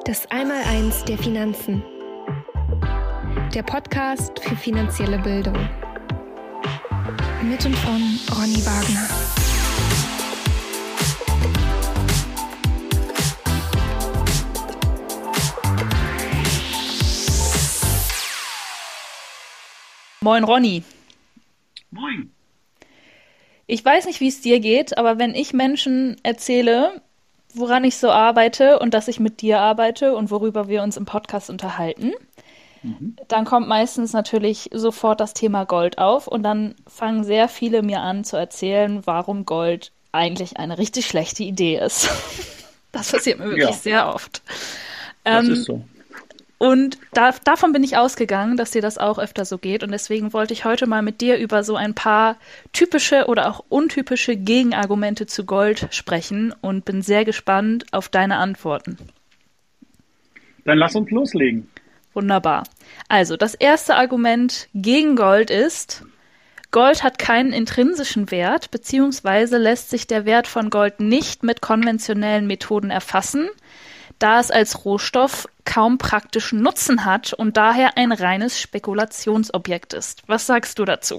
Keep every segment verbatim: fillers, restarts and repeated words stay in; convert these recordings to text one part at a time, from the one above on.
Das Einmaleins der Finanzen. Der Podcast für finanzielle Bildung. Mit und von Ronny Wagner. Moin Ronny. Moin. Ich weiß nicht, wie es dir geht, aber wenn ich Menschen erzähle, woran ich so arbeite und dass ich mit dir arbeite und worüber wir uns im Podcast unterhalten, mhm. dann kommt meistens natürlich sofort das Thema Gold auf und dann fangen sehr viele mir an zu erzählen, warum Gold eigentlich eine richtig schlechte Idee ist. Das passiert mir wirklich ja. sehr oft. Das ähm, ist so. Und da, davon bin ich ausgegangen, dass dir das auch öfter so geht. Und deswegen wollte ich heute mal mit dir über so ein paar typische oder auch untypische Gegenargumente zu Gold sprechen und bin sehr gespannt auf deine Antworten. Dann lass uns loslegen. Wunderbar. Also, das erste Argument gegen Gold ist, Gold hat keinen intrinsischen Wert, beziehungsweise lässt sich der Wert von Gold nicht mit konventionellen Methoden erfassen, da es als Rohstoff kaum praktischen Nutzen hat und daher ein reines Spekulationsobjekt ist. Was sagst du dazu?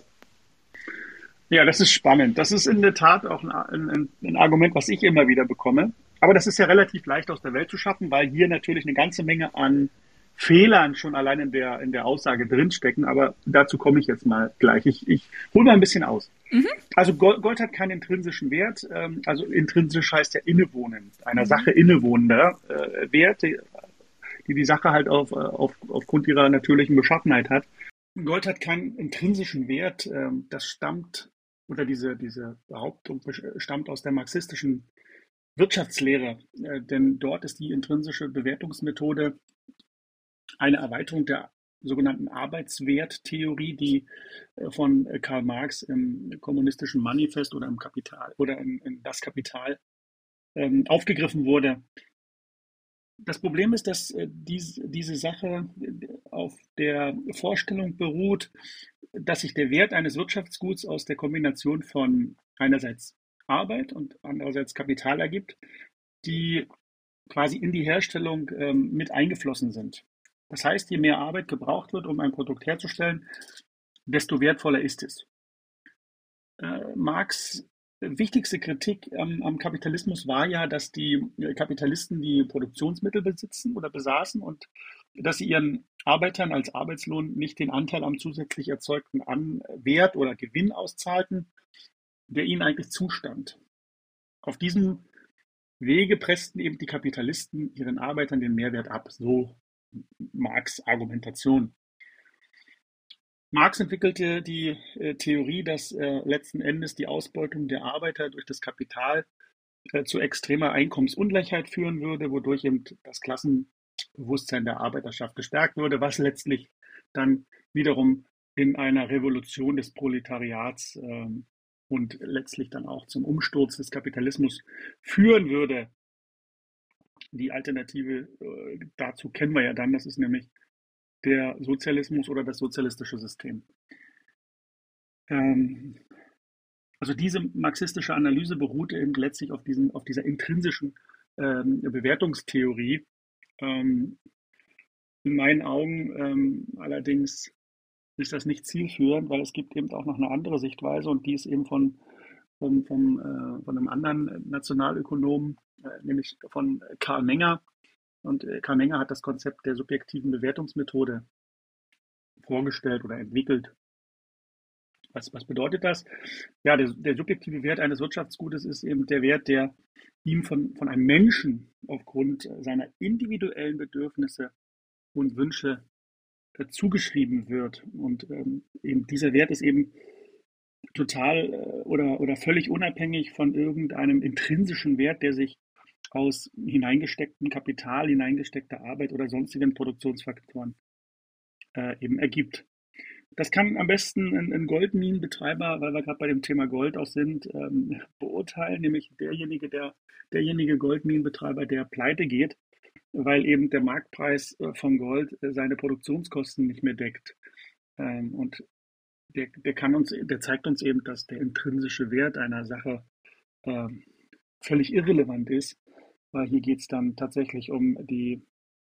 Ja, das ist spannend. Das ist in der Tat auch ein, ein, ein Argument, was ich immer wieder bekomme. Aber das ist ja relativ leicht aus der Welt zu schaffen, weil hier natürlich eine ganze Menge an Fehlern schon allein in der, in der Aussage drinstecken. Aber dazu komme ich jetzt mal gleich. Ich, ich hole mal ein bisschen aus. Mhm. Also Gold, Gold hat keinen intrinsischen Wert. Ähm, also intrinsisch heißt ja innewohnend, einer mhm. Sache innewohnender äh, Wert, die, die die Sache halt auf, auf, aufgrund ihrer natürlichen Beschaffenheit hat. Gold hat keinen intrinsischen Wert. Ähm, das stammt, oder diese, diese Behauptung stammt aus der marxistischen Wirtschaftslehre. Äh, denn dort ist die intrinsische Bewertungsmethode eine Erweiterung der sogenannten Arbeitswerttheorie, die von Karl Marx im kommunistischen Manifest oder im Kapital oder in, in Das Kapital ähm, aufgegriffen wurde. Das Problem ist, dass äh, dies, diese Sache auf der Vorstellung beruht, dass sich der Wert eines Wirtschaftsguts aus der Kombination von einerseits Arbeit und andererseits Kapital ergibt, die quasi in die Herstellung ähm, mit eingeflossen sind. Das heißt, je mehr Arbeit gebraucht wird, um ein Produkt herzustellen, desto wertvoller ist es. Äh, Marx' wichtigste Kritik am, am Kapitalismus war ja, dass die Kapitalisten die Produktionsmittel besitzen oder besaßen und dass sie ihren Arbeitern als Arbeitslohn nicht den Anteil am zusätzlich erzeugten an Wert oder Gewinn auszahlten, der ihnen eigentlich zustand. Auf diesem Wege pressten eben die Kapitalisten ihren Arbeitern den Mehrwert ab, so Marx' Argumentation. Marx entwickelte die äh, Theorie, dass äh, letzten Endes die Ausbeutung der Arbeiter durch das Kapital äh, zu extremer Einkommensungleichheit führen würde, wodurch eben das Klassenbewusstsein der Arbeiterschaft gestärkt würde, was letztlich dann wiederum in einer Revolution des Proletariats äh, und letztlich dann auch zum Umsturz des Kapitalismus führen würde. Die Alternative äh, dazu kennen wir ja dann, das ist nämlich der Sozialismus oder das sozialistische System. Ähm, also diese marxistische Analyse beruhte eben letztlich auf, diesen, auf dieser intrinsischen ähm, Bewertungstheorie. Ähm, in meinen Augen ähm, allerdings ist das nicht zielführend, weil es gibt eben auch noch eine andere Sichtweise und die ist eben von, vom, vom, äh, von einem anderen Nationalökonomen, äh, nämlich von Karl Menger. Und äh, Karl Menger hat das Konzept der subjektiven Bewertungsmethode vorgestellt oder entwickelt. Was, was bedeutet das? Ja, der, der subjektive Wert eines Wirtschaftsgutes ist eben der Wert, der ihm von, von einem Menschen aufgrund seiner individuellen Bedürfnisse und Wünsche äh, zugeschrieben wird. Und ähm, eben dieser Wert ist eben total äh, oder, oder völlig unabhängig von irgendeinem intrinsischen Wert, der sich aus hineingestecktem Kapital, hineingesteckter Arbeit oder sonstigen Produktionsfaktoren äh, eben ergibt. Das kann am besten ein, ein Goldminenbetreiber, weil wir gerade bei dem Thema Gold auch sind, ähm, beurteilen, nämlich derjenige, der, derjenige Goldminenbetreiber, der pleite geht, weil eben der Marktpreis äh, von Gold äh, seine Produktionskosten nicht mehr deckt. Ähm, und der, der kann uns, der zeigt uns eben, dass der intrinsische Wert einer Sache ähm, völlig irrelevant ist, weil hier geht es dann tatsächlich um die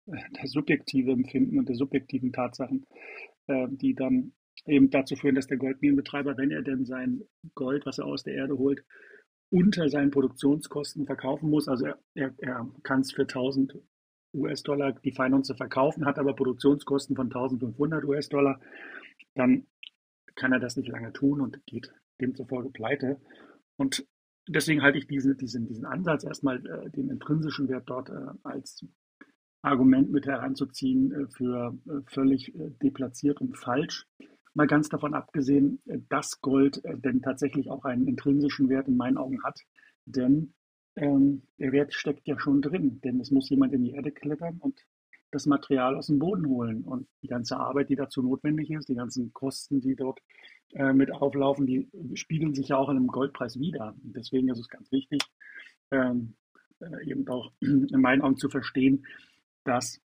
das subjektive Empfinden und der subjektiven Tatsachen, äh, die dann eben dazu führen, dass der Goldminenbetreiber, wenn er denn sein Gold, was er aus der Erde holt, unter seinen Produktionskosten verkaufen muss. Also er, er, er kann es für tausend U S-Dollar die Feinunze verkaufen, hat aber Produktionskosten von eintausendfünfhundert U S-Dollar, dann kann er das nicht lange tun und geht demzufolge pleite. Und deswegen halte ich diesen, diesen, diesen Ansatz, erstmal äh, den intrinsischen Wert dort äh, als Argument mit heranzuziehen, äh, für äh, völlig äh, deplatziert und falsch. Mal ganz davon abgesehen, äh, dass Gold äh, denn tatsächlich auch einen intrinsischen Wert in meinen Augen hat. Denn ähm, der Wert steckt ja schon drin. Denn es muss jemand in die Erde klettern und das Material aus dem Boden holen. Und die ganze Arbeit, die dazu notwendig ist, die ganzen Kosten, die dort äh, mit auflaufen, die spiegeln sich ja auch in einem Goldpreis wider. Und deswegen ist es ganz wichtig, ähm, äh, eben auch in meinen Augen zu verstehen, dass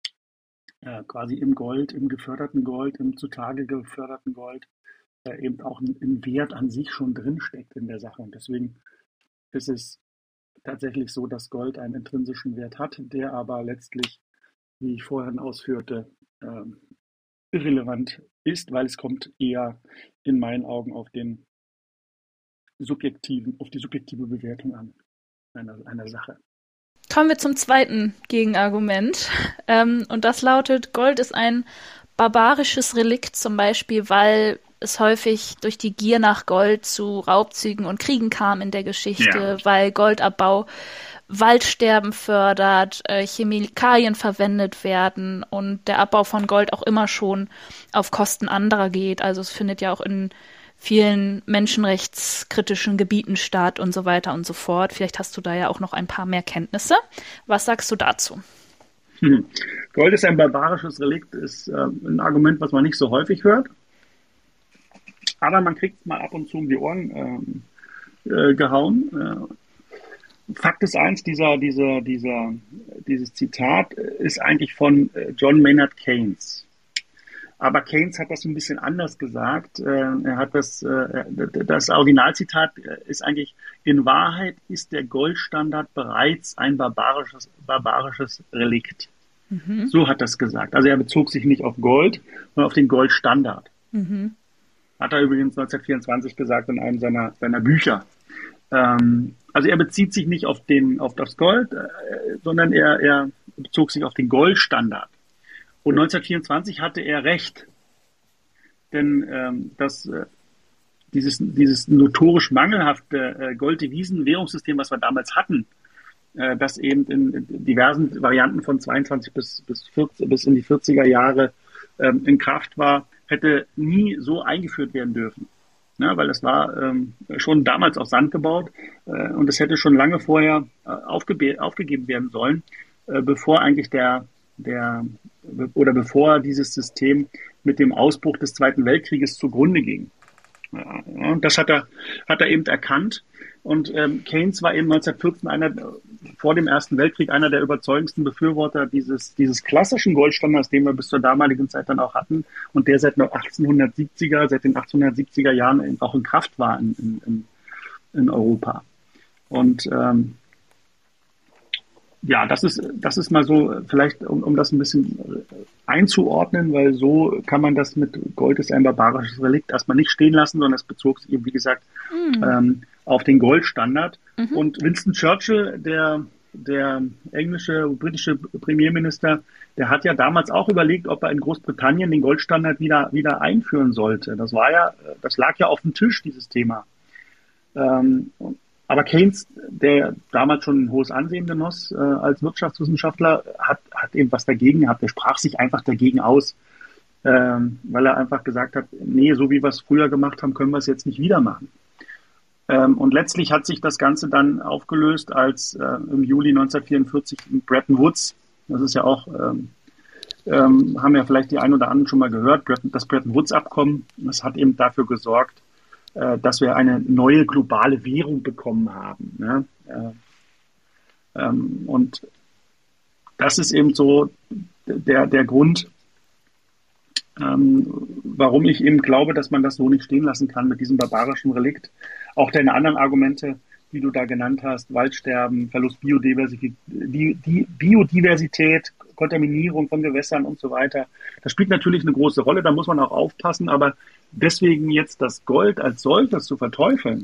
äh, quasi im Gold, im geförderten Gold, im zutage geförderten Gold äh, eben auch ein, ein Wert an sich schon drinsteckt in der Sache. Und deswegen ist es tatsächlich so, dass Gold einen intrinsischen Wert hat, der aber letztlich, wie ich vorhin ausführte, äh, irrelevant ist, weil es kommt eher in meinen Augen auf den subjektiven, auf die subjektive Bewertung an einer, einer Sache. Kommen wir zum zweiten Gegenargument. Ähm, und das lautet, Gold ist ein barbarisches Relikt, zum Beispiel, weil es häufig durch die Gier nach Gold zu Raubzügen und Kriegen kam in der Geschichte, ja. Weil Goldabbau Waldsterben fördert, äh, Chemikalien verwendet werden und der Abbau von Gold auch immer schon auf Kosten anderer geht. Also es findet ja auch in vielen menschenrechtskritischen Gebieten statt und so weiter und so fort. Vielleicht hast du da ja auch noch ein paar mehr Kenntnisse. Was sagst du dazu? Hm. Gold ist ein barbarisches Relikt, ist äh, ein Argument, was man nicht so häufig hört. Aber man kriegt es mal ab und zu um die Ohren äh, äh, gehauen. Äh, Fakt ist eins, dieser, dieser, dieser, dieses Zitat ist eigentlich von äh, John Maynard Keynes. Aber Keynes hat das ein bisschen anders gesagt. Er hat das, das Originalzitat ist eigentlich: In Wahrheit ist der Goldstandard bereits ein barbarisches, barbarisches Relikt. Mhm. So hat er es gesagt. Also er bezog sich nicht auf Gold, sondern auf den Goldstandard. Mhm. Hat er übrigens neunzehnhundertvierundzwanzig gesagt in einem seiner, seiner Bücher. Also er bezieht sich nicht auf, den, auf das Gold, sondern er, er bezog sich auf den Goldstandard. Und neunzehnhundertvierundzwanzig hatte er recht, denn ähm, das, äh, dieses, dieses notorisch mangelhafte äh, Golddevisen-Währungssystem, was wir damals hatten, äh, das eben in, in diversen Varianten von zweiundzwanzig bis, bis, vierzig, bis in die vierziger Jahre ähm, in Kraft war, hätte nie so eingeführt werden dürfen. Ja, weil es war ähm, schon damals auf Sand gebaut äh, und es hätte schon lange vorher äh, aufgebe- aufgegeben werden sollen, äh, bevor eigentlich der der oder bevor dieses System mit dem Ausbruch des Zweiten Weltkrieges zugrunde ging. Ja, und das hat er, hat er eben erkannt. Und ähm, Keynes war eben neunzehnhundertvierzehn einer, vor dem Ersten Weltkrieg, einer der überzeugendsten Befürworter dieses, dieses klassischen Goldstandards, den wir bis zur damaligen Zeit dann auch hatten und der seit achtzehnhundertsiebziger, seit den achtzehnhundertsiebziger Jahren eben auch in Kraft war in, in, in Europa. Und ähm, Ja, das ist, das ist mal so, vielleicht, um, um das ein bisschen einzuordnen, weil so kann man das mit Gold ist ein barbarisches Relikt erstmal nicht stehen lassen, sondern es bezog sich eben, wie gesagt, mhm. ähm, auf den Goldstandard. Mhm. Und Winston Churchill, der, der englische, britische Premierminister, der hat ja damals auch überlegt, ob er in Großbritannien den Goldstandard wieder, wieder einführen sollte. Das war ja, das lag ja auf dem Tisch, dieses Thema. Ähm, Aber Keynes, der damals schon ein hohes Ansehen genoss äh, als Wirtschaftswissenschaftler, hat, hat eben was dagegen gehabt. Er sprach sich einfach dagegen aus, ähm, weil er einfach gesagt hat, nee, so wie wir es früher gemacht haben, können wir es jetzt nicht wieder machen. Ähm, und letztlich hat sich das Ganze dann aufgelöst, als äh, im Juli neunzehnhundertvierundvierzig in Bretton Woods, das ist ja auch, ähm, ähm, haben ja vielleicht die einen oder anderen schon mal gehört, das Bretton Woods-Abkommen, das hat eben dafür gesorgt, dass wir eine neue globale Währung bekommen haben. Ne? Und das ist eben so der, der Grund, warum ich eben glaube, dass man das so nicht stehen lassen kann mit diesem barbarischen Relikt. Auch deine anderen Argumente die du da genannt hast, Waldsterben, Verlust Biodiversität, die, die Biodiversität, Kontaminierung von Gewässern und so weiter. Das spielt natürlich eine große Rolle, da muss man auch aufpassen, aber deswegen jetzt das Gold als solches zu verteufeln,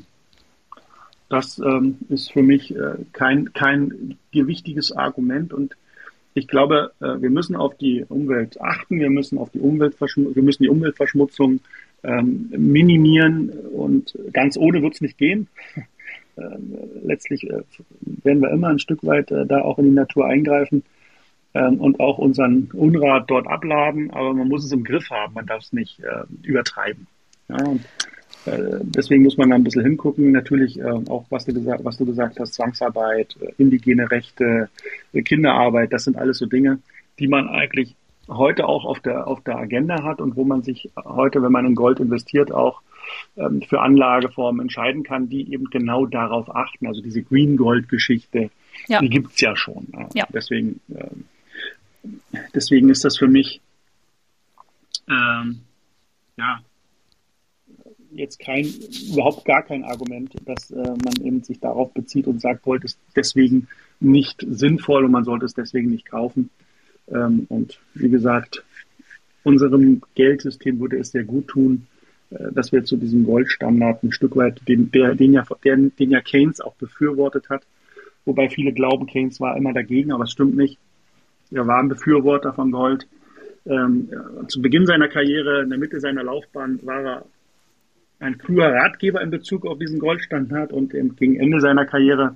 das ähm, ist für mich äh, kein, kein gewichtiges Argument und ich glaube, äh, wir müssen auf die Umwelt achten, wir müssen auf die Umweltverschmutzung, wir müssen die Umweltverschmutzung ähm, minimieren und ganz ohne wird es nicht gehen. Äh, letztlich äh, werden wir immer ein Stück weit äh, da auch in die Natur eingreifen ähm, und auch unseren Unrat dort abladen, aber man muss es im Griff haben, man darf es nicht äh, übertreiben. Ja, und, äh, deswegen muss man da ein bisschen hingucken. Natürlich äh, auch, was du, gesagt, was du gesagt hast, Zwangsarbeit, äh, indigene Rechte, äh, Kinderarbeit, das sind alles so Dinge, die man eigentlich heute auch auf der, auf der Agenda hat und wo man sich heute, wenn man in Gold investiert, auch ähm, für Anlageformen entscheiden kann, die eben genau darauf achten. Also diese Green Gold-Geschichte, ja. Die gibt's ja schon. Ja. Ja. Deswegen, ähm, deswegen ist das für mich ähm, ja jetzt kein, überhaupt gar kein Argument, dass äh, man eben sich darauf bezieht und sagt, Gold ist deswegen nicht sinnvoll und man sollte es deswegen nicht kaufen. Ähm, und wie gesagt, unserem Geldsystem würde es sehr gut tun, äh, dass wir zu diesem Goldstandard ein Stück weit, den, der, den, ja, der, den ja Keynes auch befürwortet hat, wobei viele glauben, Keynes war immer dagegen, aber es stimmt nicht. Er war ein Befürworter von Gold. Ähm, zu Beginn seiner Karriere, in der Mitte seiner Laufbahn, war er ein kluger Ratgeber in Bezug auf diesen Goldstandard und gegen Ende seiner Karriere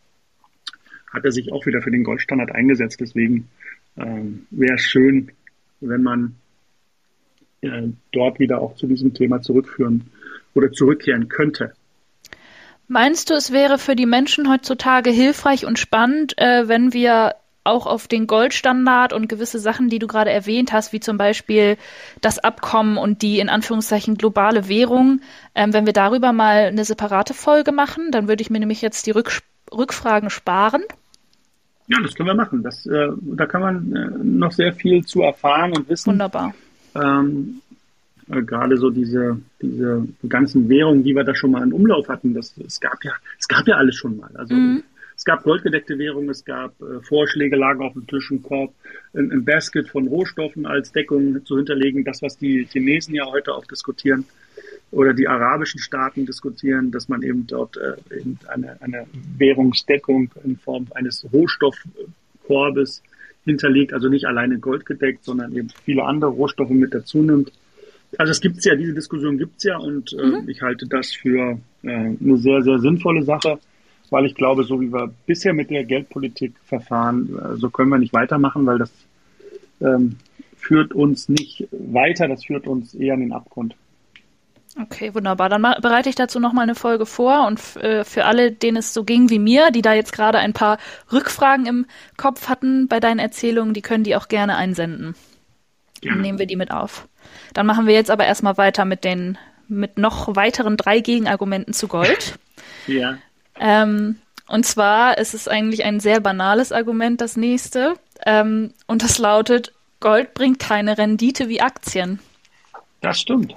hat er sich auch wieder für den Goldstandard eingesetzt. Deswegen ähm, wäre es schön, wenn man äh, dort wieder auch zu diesem Thema zurückführen oder zurückkehren könnte. Meinst du, es wäre für die Menschen heutzutage hilfreich und spannend, äh, wenn wir auch auf den Goldstandard und gewisse Sachen, die du gerade erwähnt hast, wie zum Beispiel das Abkommen und die in Anführungszeichen globale Währung, ähm, wenn wir darüber mal eine separate Folge machen, dann würde ich mir nämlich jetzt die Rück- Rückfragen sparen. Ja, das können wir machen. Das, äh, da kann man äh, noch sehr viel zu erfahren und wissen. Wunderbar. Ähm, äh, gerade so diese, diese ganzen Währungen, die wir da schon mal in Umlauf hatten, das, es gab ja, es gab ja alles schon mal. Also mhm. Es gab goldgedeckte Währungen, es gab äh, Vorschläge, lagen auf dem Tisch, ein Korb, ein, ein Basket von Rohstoffen als Deckung zu hinterlegen. Das, was die Chinesen ja heute auch diskutieren oder die arabischen Staaten diskutieren, dass man eben dort äh, eben eine, eine Währungsdeckung in Form eines Rohstoffkorbes hinterlegt, also nicht alleine goldgedeckt, sondern eben viele andere Rohstoffe mit dazu nimmt. Also es gibt's ja, diese Diskussion gibt's ja und äh, mhm. ich halte das für äh, eine sehr, sehr sinnvolle Sache. Weil ich glaube, so wie wir bisher mit der Geldpolitik verfahren, so können wir nicht weitermachen, weil das ähm, führt uns nicht weiter, das führt uns eher in den Abgrund. Okay, wunderbar. Dann ma- bereite ich dazu nochmal eine Folge vor und f- äh, für alle, denen es so ging wie mir, die da jetzt gerade ein paar Rückfragen im Kopf hatten bei deinen Erzählungen, die können die auch gerne einsenden. Ja. Dann nehmen wir die mit auf. Dann machen wir jetzt aber erstmal weiter mit den mit noch weiteren drei Gegenargumenten zu Gold. Ja. Ähm, und zwar ist es eigentlich ein sehr banales Argument, das nächste. Ähm, und das lautet, Gold bringt keine Rendite wie Aktien. Das stimmt.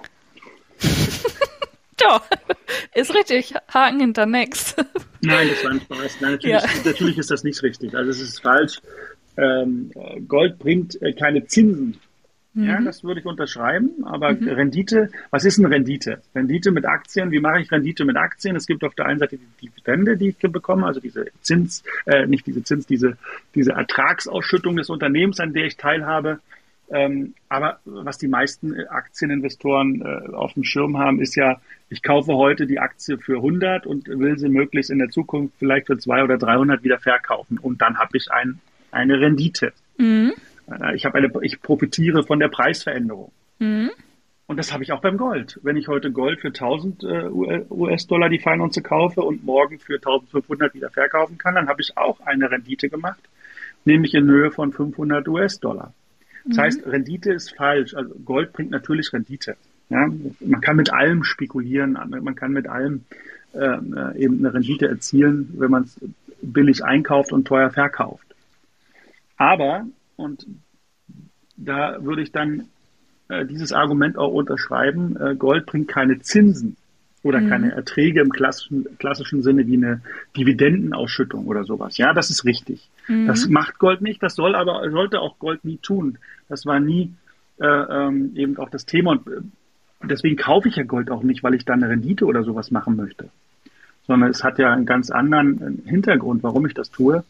Ja, ist richtig. Haken hinter next. Nein, das war ein Spaß. Nein, natürlich, ja. natürlich ist das nicht richtig. Also es ist falsch. Ähm, Gold bringt äh, keine Zinsen. Mhm. Ja, das würde ich unterschreiben. Aber mhm. Rendite, was ist eine Rendite? Rendite mit Aktien, wie mache ich Rendite mit Aktien? Es gibt auf der einen Seite die Dividende, die ich bekomme, also diese Zins, äh, nicht diese Zins, diese, diese Ertragsausschüttung des Unternehmens, an der ich teilhabe. Ähm, aber was die meisten Aktieninvestoren äh, auf dem Schirm haben, ist ja, ich kaufe heute die Aktie für hundert und will sie möglichst in der Zukunft vielleicht für zweihundert oder dreihundert wieder verkaufen. Und dann habe ich ein, eine Rendite. Mhm. Ich habe eine, ich profitiere von der Preisveränderung. Mhm. Und das habe ich auch beim Gold. Wenn ich heute Gold für tausend U S-Dollar die Feinunze kaufe und morgen für eintausendfünfhundert wieder verkaufen kann, dann habe ich auch eine Rendite gemacht, nämlich in Höhe von fünfhundert U S-Dollar. Das mhm. heißt, Rendite ist falsch. Also Gold bringt natürlich Rendite. Ja? Man kann mit allem spekulieren, man kann mit allem äh, eben eine Rendite erzielen, wenn man es billig einkauft und teuer verkauft. Aber und da würde ich dann äh, dieses Argument auch unterschreiben, äh, Gold bringt keine Zinsen. oder Mhm. keine Erträge im klassischen, klassischen Sinne wie eine Dividendenausschüttung oder sowas. Ja, das ist richtig. Mhm. Das macht Gold nicht, das soll aber, sollte auch Gold nie tun. Das war nie äh, ähm, eben auch das Thema. Und äh, deswegen kaufe ich ja Gold auch nicht, weil ich da eine Rendite oder sowas machen möchte. Sondern es hat ja einen ganz anderen Hintergrund, warum ich das tue.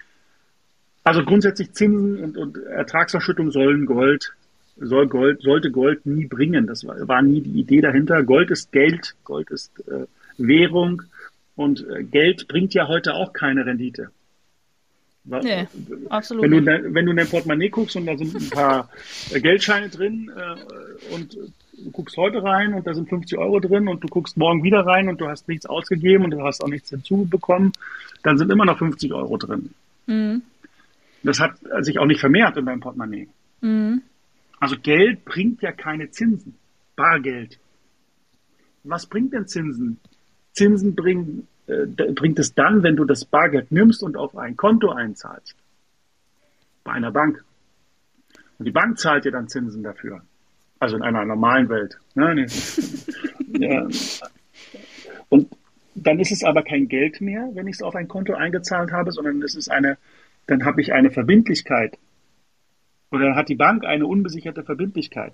Also grundsätzlich Zinsen und, und Ertragsausschüttung sollen Gold, soll Gold, sollte Gold nie bringen. Das war, war nie die Idee dahinter. Gold ist Geld, Gold ist äh, Währung und äh, Geld bringt ja heute auch keine Rendite. Nee, absolut Wenn du, nicht. wenn du in dein Portemonnaie guckst und da sind ein paar äh, Geldscheine drin äh, und du guckst heute rein und da sind fünfzig Euro drin und du guckst morgen wieder rein und du hast nichts ausgegeben und du hast auch nichts hinzubekommen, dann sind immer noch fünfzig Euro drin. Mhm. Das hat sich auch nicht vermehrt in deinem Portemonnaie. Mhm. Also Geld bringt ja keine Zinsen. Bargeld. Was bringt denn Zinsen? Zinsen bringen, äh, bringt es dann, wenn du das Bargeld nimmst und auf ein Konto einzahlst. Bei einer Bank. Und die Bank zahlt dir dann Zinsen dafür. Also in einer normalen Welt. Ne? Ja. Und dann ist es aber kein Geld mehr, wenn ich es auf ein Konto eingezahlt habe, sondern es ist eine, dann habe ich eine Verbindlichkeit. Oder dann hat die Bank eine unbesicherte Verbindlichkeit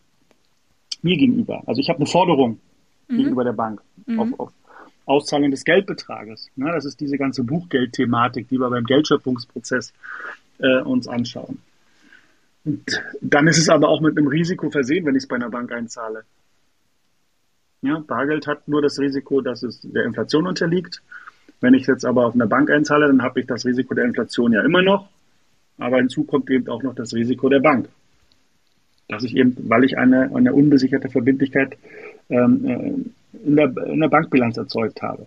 mir gegenüber. Also ich habe eine Forderung mhm. gegenüber der Bank mhm. auf, auf Auszahlung des Geldbetrages. Ne? Das ist diese ganze Buchgeldthematik, die wir beim Geldschöpfungsprozess äh, uns anschauen. Und dann ist es aber auch mit einem Risiko versehen, wenn ich es bei einer Bank einzahle. Ja, Bargeld hat nur das Risiko, dass es der Inflation unterliegt. Wenn ich jetzt aber auf einer Bank einzahle, dann habe ich das Risiko der Inflation ja immer noch. Aber hinzu kommt eben auch noch das Risiko der Bank. Dass ich eben, weil ich eine, eine unbesicherte Verbindlichkeit ähm, in, der, in der Bankbilanz erzeugt habe.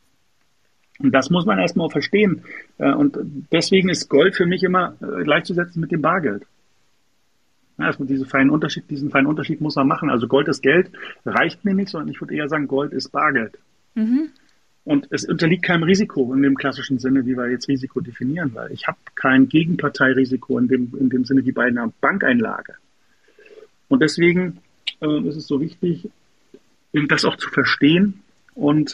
Und das muss man erstmal verstehen. Und deswegen ist Gold für mich immer gleichzusetzen mit dem Bargeld. Ja, also diese feinen Unterschied, diesen feinen Unterschied muss man machen. Also Gold ist Geld, reicht mir nicht, sondern ich würde eher sagen, Gold ist Bargeld. Mhm. Und es unterliegt keinem Risiko in dem klassischen Sinne, wie wir jetzt Risiko definieren, weil ich habe kein Gegenparteirisiko in dem, in dem Sinne wie bei einer Bankeinlage. Und deswegen äh, ist es so wichtig, eben das auch zu verstehen und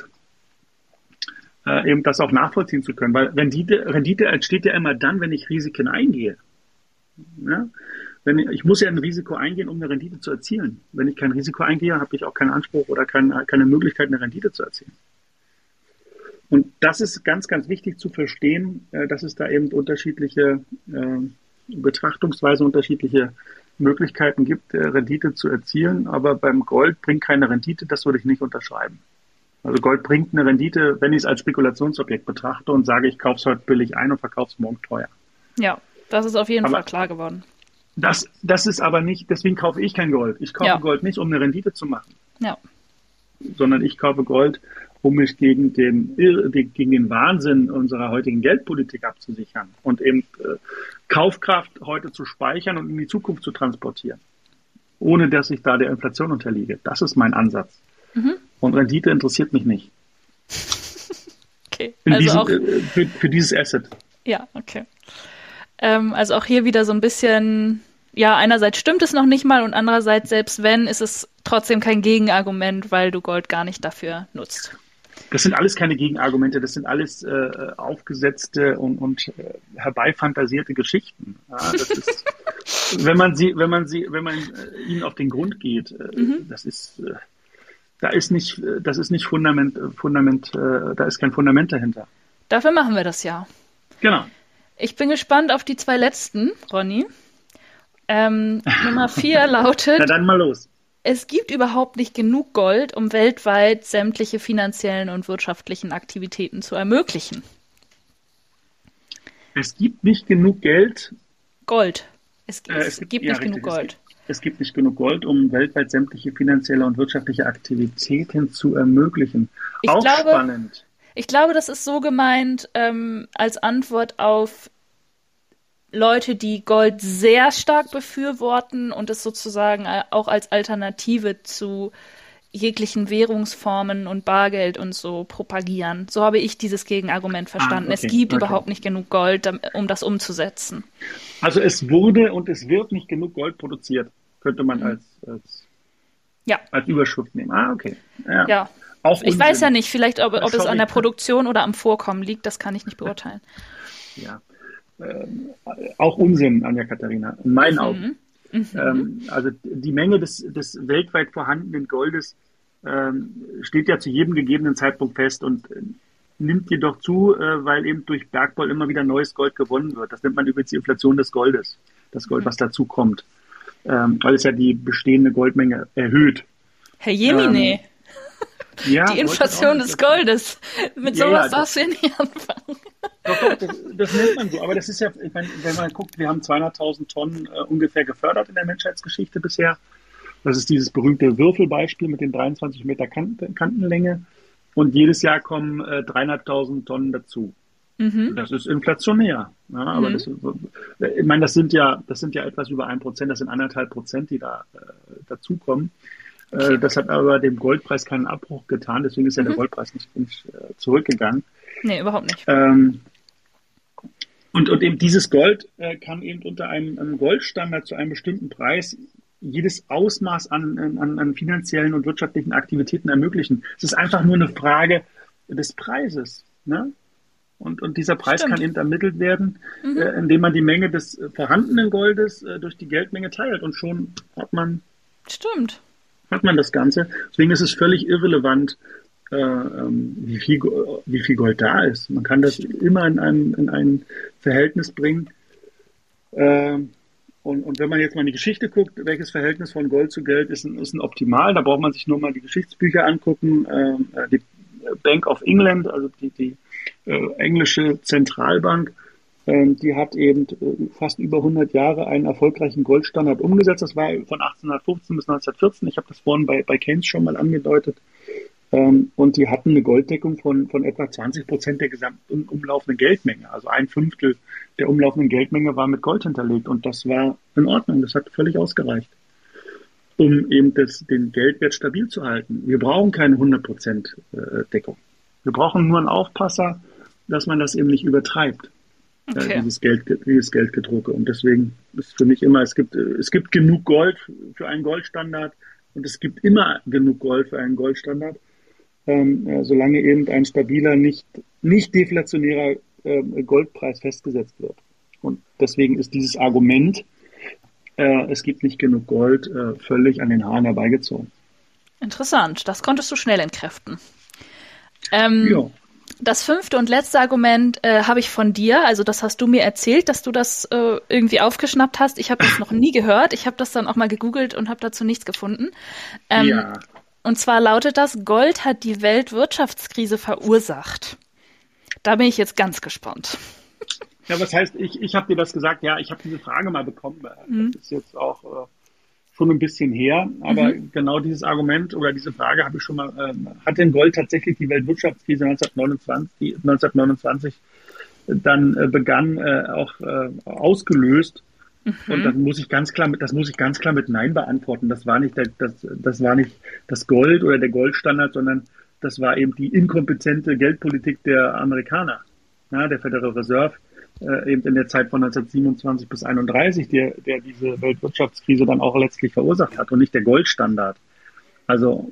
äh, eben das auch nachvollziehen zu können, weil Rendite, Rendite entsteht ja immer dann, wenn ich Risiken eingehe. Ja? Wenn ich, ich muss ja ein Risiko eingehen, um eine Rendite zu erzielen. Wenn ich kein Risiko eingehe, habe ich auch keinen Anspruch oder kein, keine Möglichkeit, eine Rendite zu erzielen. Und das ist ganz, ganz wichtig zu verstehen, dass es da eben unterschiedliche äh, Betrachtungsweisen, unterschiedliche Möglichkeiten gibt, Rendite zu erzielen. Aber beim Gold bringt keine Rendite, das würde ich nicht unterschreiben. Also Gold bringt eine Rendite, wenn ich es als Spekulationsobjekt betrachte und sage, ich kaufe es heute billig ein und verkaufe es morgen teuer. Ja, das ist auf jeden aber Fall klar geworden. Das, das ist aber nicht, deswegen kaufe ich kein Gold. Ich kaufe ja. Gold nicht, um eine Rendite zu machen. Ja. Sondern ich kaufe Gold, um mich gegen den, gegen den Wahnsinn unserer heutigen Geldpolitik abzusichern und eben äh, Kaufkraft heute zu speichern und in die Zukunft zu transportieren, ohne dass ich da der Inflation unterliege. Das ist mein Ansatz. Mhm. Und Rendite interessiert mich nicht. Okay. In also diesem, auch, äh, für, für dieses Asset. Ja, okay. Ähm, also auch hier wieder so ein bisschen, ja, einerseits stimmt es noch nicht mal und andererseits, selbst wenn, ist es trotzdem kein Gegenargument, weil du Gold gar nicht dafür nutzt. Das sind alles keine Gegenargumente, das sind alles äh, aufgesetzte und, und äh, herbeifantasierte Geschichten. Ja, das ist, wenn man sie, wenn man sie, wenn man äh, ihnen auf den Grund geht, äh, mhm. das ist, äh, da ist nicht, das ist nicht Fundament, Fundament, äh, da ist kein Fundament dahinter. Dafür machen wir das ja. Genau. Ich bin gespannt auf die zwei letzten, Ronny. Ähm, Nummer vier lautet. Na dann mal los. Es gibt überhaupt nicht genug Gold, um weltweit sämtliche finanziellen und wirtschaftlichen Aktivitäten zu ermöglichen. Es gibt nicht genug Geld. Gold. Es, äh, es, es gibt, gibt ja, nicht richtig, genug Gold. Es gibt, es gibt nicht genug Gold, um weltweit sämtliche finanzielle und wirtschaftliche Aktivitäten zu ermöglichen. Ich Auch glaube, spannend. Ich glaube, das ist so gemeint ähm, als Antwort auf Leute, die Gold sehr stark befürworten und es sozusagen auch als Alternative zu jeglichen Währungsformen und Bargeld und so propagieren. So habe ich dieses Gegenargument verstanden. Ah, okay, es gibt okay. überhaupt nicht genug Gold, um das umzusetzen. Also es wurde und es wird nicht genug Gold produziert, könnte man mhm. als, als, ja. als Überschrift nehmen. Ah, okay. Ja. ja. Auch ich Unsinn. weiß ja nicht, vielleicht ob, ob es Sorry. an der Produktion oder am Vorkommen liegt, das kann ich nicht beurteilen. Ja, ähm, auch Unsinn, Anja Katharina, in meinen Mhm. Augen. Mhm. Ähm, also die Menge des, des weltweit vorhandenen Goldes ähm, steht ja zu jedem gegebenen Zeitpunkt fest und äh, nimmt jedoch zu, äh, weil eben durch Bergbau immer wieder neues Gold gewonnen wird. Das nennt man übrigens die Inflation des Goldes, das Gold, Mhm. was dazu kommt, ähm, weil es ja die bestehende Goldmenge erhöht. Herr Jemine, Ähm, ja, die Inflation des Goldes. Mit Ja, sowas ja, darfst du ja nicht anfangen. Doch, doch, das, das nennt man so. Aber das ist ja, ich meine, wenn man guckt, wir haben zweihunderttausend Tonnen äh, ungefähr gefördert in der Menschheitsgeschichte bisher. Das ist dieses berühmte Würfelbeispiel mit den dreiundzwanzig Meter Kanten, Kantenlänge. Und jedes Jahr kommen äh, dreieinhalbtausend Tonnen dazu. Mhm. Das ist inflationär. Ja, aber Mhm. das, ich meine, das sind ja, das sind ja etwas über ein Prozent, das sind anderthalb Prozent, die da äh, dazukommen. Okay. Äh, das hat aber dem Goldpreis keinen Abbruch getan, deswegen ist ja Mhm. der Goldpreis nicht, nicht äh, zurückgegangen. Nee, überhaupt nicht. Ähm, und, und eben dieses Gold äh, kann eben unter einem, einem Goldstandard zu einem bestimmten Preis jedes Ausmaß an, an, an finanziellen und wirtschaftlichen Aktivitäten ermöglichen. Es ist einfach nur eine Frage des Preises. Ne? Und, und dieser Preis Stimmt. kann eben ermittelt werden, Mhm. äh, indem man die Menge des äh, vorhandenen Goldes äh, durch die Geldmenge teilt. Und schon hat man, Stimmt. hat man das Ganze. Deswegen ist es völlig irrelevant, äh, ähm, wie viel, Go- wie viel Gold da ist. Man kann das immer in ein, in ein Verhältnis bringen. Ähm, und, und wenn man jetzt mal in die Geschichte guckt, welches Verhältnis von Gold zu Geld ist ein, ist ein optimal, da braucht man sich nur mal die Geschichtsbücher angucken. Ähm, äh, die Bank of England, also die, die äh, englische Zentralbank, ähm, die hat eben äh, fast über hundert Jahre einen erfolgreichen Goldstandard umgesetzt. Das war von achtzehnhundertfünfzehn bis neunzehnhundertvierzehn. Ich habe das vorhin bei, bei Keynes schon mal angedeutet. Ähm, und die hatten eine Golddeckung von, von etwa zwanzig Prozent der gesamten umlaufenden Geldmenge. Also ein Fünftel der umlaufenden Geldmenge war mit Gold hinterlegt. Und das war in Ordnung. Das hat völlig ausgereicht, um eben das, den Geldwert stabil zu halten. Wir brauchen keine hundert Prozent äh, Deckung. Wir brauchen nur einen Aufpasser, dass man das eben nicht übertreibt, Okay. äh, dieses, Geld, dieses Geldgedrucke. Und deswegen ist für mich immer, es gibt, äh, es gibt genug Gold für einen Goldstandard und es gibt immer genug Gold für einen Goldstandard, ähm, äh, solange eben ein stabiler, nicht, nicht deflationärer äh, Goldpreis festgesetzt wird. Und deswegen ist dieses Argument, äh, es gibt nicht genug Gold, äh, völlig an den Haaren herbeigezogen. Interessant. Das konntest du schnell entkräften. Ähm, Ja. Das fünfte und letzte Argument äh, habe ich von dir, also das hast du mir erzählt, dass du das äh, irgendwie aufgeschnappt hast. Ich habe das noch nie gehört. Ich habe das dann auch mal gegoogelt und habe dazu nichts gefunden. Ähm, Ja. Und zwar lautet das, Gold hat die Weltwirtschaftskrise verursacht. Da bin ich jetzt ganz gespannt. Ja, was heißt, ich, ich habe dir das gesagt, ja, ich habe diese Frage mal bekommen. Mhm. Das ist jetzt auch äh, schon ein bisschen her, aber Mhm. genau dieses Argument oder diese Frage habe ich schon mal, ähm, hat denn Gold tatsächlich die Weltwirtschaftskrise neunzehnhundertneunundzwanzig, die neunzehnhundertneunundzwanzig dann äh, begann, äh, auch äh, ausgelöst? Und das muss ich ganz klar mit, das muss ich ganz klar mit Nein beantworten. Das war nicht der, das, das war nicht das Gold oder der Goldstandard, sondern das war eben die inkompetente Geldpolitik der Amerikaner, ja, der Federal Reserve, äh, eben in der Zeit von neunzehnhundertsiebenundzwanzig bis einunddreißig, der, der diese Weltwirtschaftskrise dann auch letztlich verursacht hat und nicht der Goldstandard. Also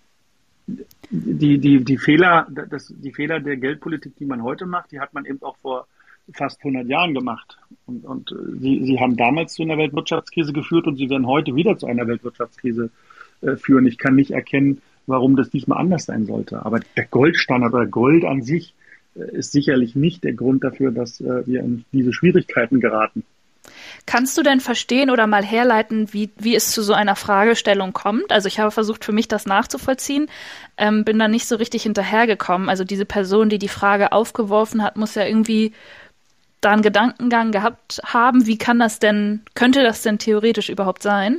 die, die, die Fehler, das, die Fehler der Geldpolitik, die man heute macht, die hat man eben auch vor fast hundert Jahren gemacht. Und, und äh, sie, sie haben damals zu einer Weltwirtschaftskrise geführt und sie werden heute wieder zu einer Weltwirtschaftskrise äh, führen. Ich kann nicht erkennen, warum das diesmal anders sein sollte. Aber der Goldstandard oder Gold an sich äh, ist sicherlich nicht der Grund dafür, dass äh, wir in diese Schwierigkeiten geraten. Kannst du denn verstehen oder mal herleiten, wie, wie es zu so einer Fragestellung kommt? Also ich habe versucht, für mich das nachzuvollziehen, ähm, bin da nicht so richtig hinterhergekommen. Also diese Person, die die Frage aufgeworfen hat, muss ja irgendwie da einen Gedankengang gehabt haben. Wie kann das denn, könnte das denn theoretisch überhaupt sein?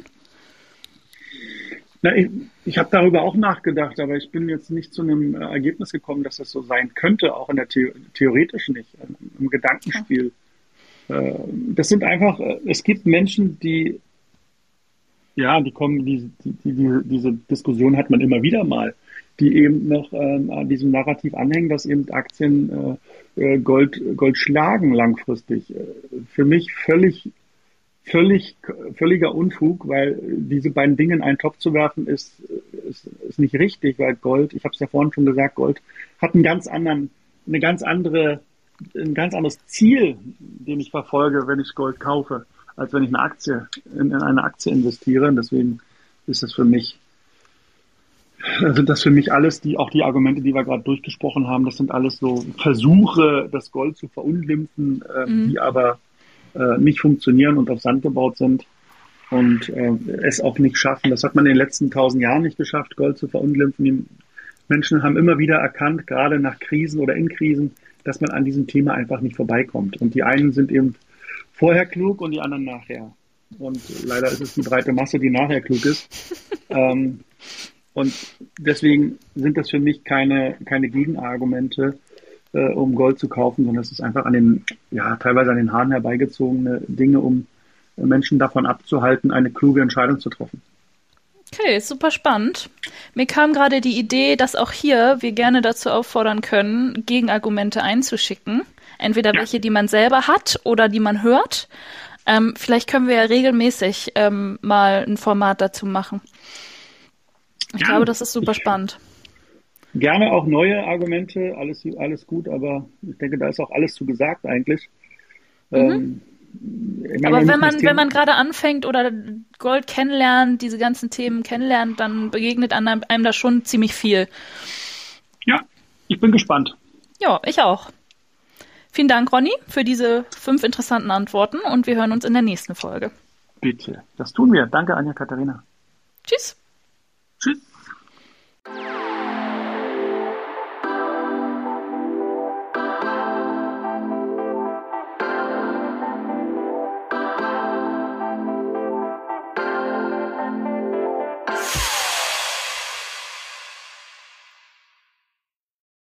Na, ich ich habe darüber auch nachgedacht, aber ich bin jetzt nicht zu einem äh, Ergebnis gekommen, dass das so sein könnte, auch in der The theoretisch nicht, äh, im Gedankenspiel. Äh, das sind einfach, äh, es gibt Menschen, die, ja, die kommen, die, die, die, diese Diskussion hat man immer wieder mal, die eben noch ähm, an diesem Narrativ anhängen, dass eben Aktien äh, Gold, Gold schlagen langfristig. Für mich völlig, völlig, völliger Unfug, weil diese beiden Dinge in einen Topf zu werfen, ist, ist, ist nicht richtig, weil Gold, ich habe es ja vorhin schon gesagt, Gold hat einen ganz anderen, eine ganz andere, ein ganz anderes Ziel, den ich verfolge, wenn ich Gold kaufe, als wenn ich eine Aktie, in, in eine Aktie investiere. Und deswegen ist das für mich, sind das für mich alles, die, auch die Argumente, die wir gerade durchgesprochen haben, das sind alles so Versuche, das Gold zu verunglimpfen, äh, mhm. die aber äh, nicht funktionieren und auf Sand gebaut sind und äh, es auch nicht schaffen. Das hat man in den letzten tausend Jahren nicht geschafft, Gold zu verunglimpfen. Die Menschen haben immer wieder erkannt, gerade nach Krisen oder in Krisen, dass man an diesem Thema einfach nicht vorbeikommt. Und die einen sind eben vorher klug und die anderen nachher. Und leider ist es die breite Masse, die nachher klug ist. ähm, Und deswegen sind das für mich keine, keine Gegenargumente, äh, um Gold zu kaufen, sondern es ist einfach an den, ja, teilweise an den Haaren herbeigezogene Dinge, um Menschen davon abzuhalten, eine kluge Entscheidung zu treffen. Okay, super spannend. Mir kam gerade die Idee, dass auch hier wir gerne dazu auffordern können, Gegenargumente einzuschicken. Entweder ja. welche, die man selber hat oder die man hört. Ähm, vielleicht können wir ja regelmäßig ähm, mal ein Format dazu machen. Ich ja, glaube, das ist super ich, spannend. Gerne auch neue Argumente, alles, alles gut, aber ich denke, da ist auch alles zu gesagt eigentlich. Mhm. Ähm, meine, aber wenn man, wenn man gerade anfängt oder Gold kennenlernt, diese ganzen Themen kennenlernt, dann begegnet einem, einem da schon ziemlich viel. Ja, ich bin gespannt. Ja, ich auch. Vielen Dank, Ronny, für diese fünf interessanten Antworten und wir hören uns in der nächsten Folge. Bitte, das tun wir. Danke, Anja Katharina. Tschüss.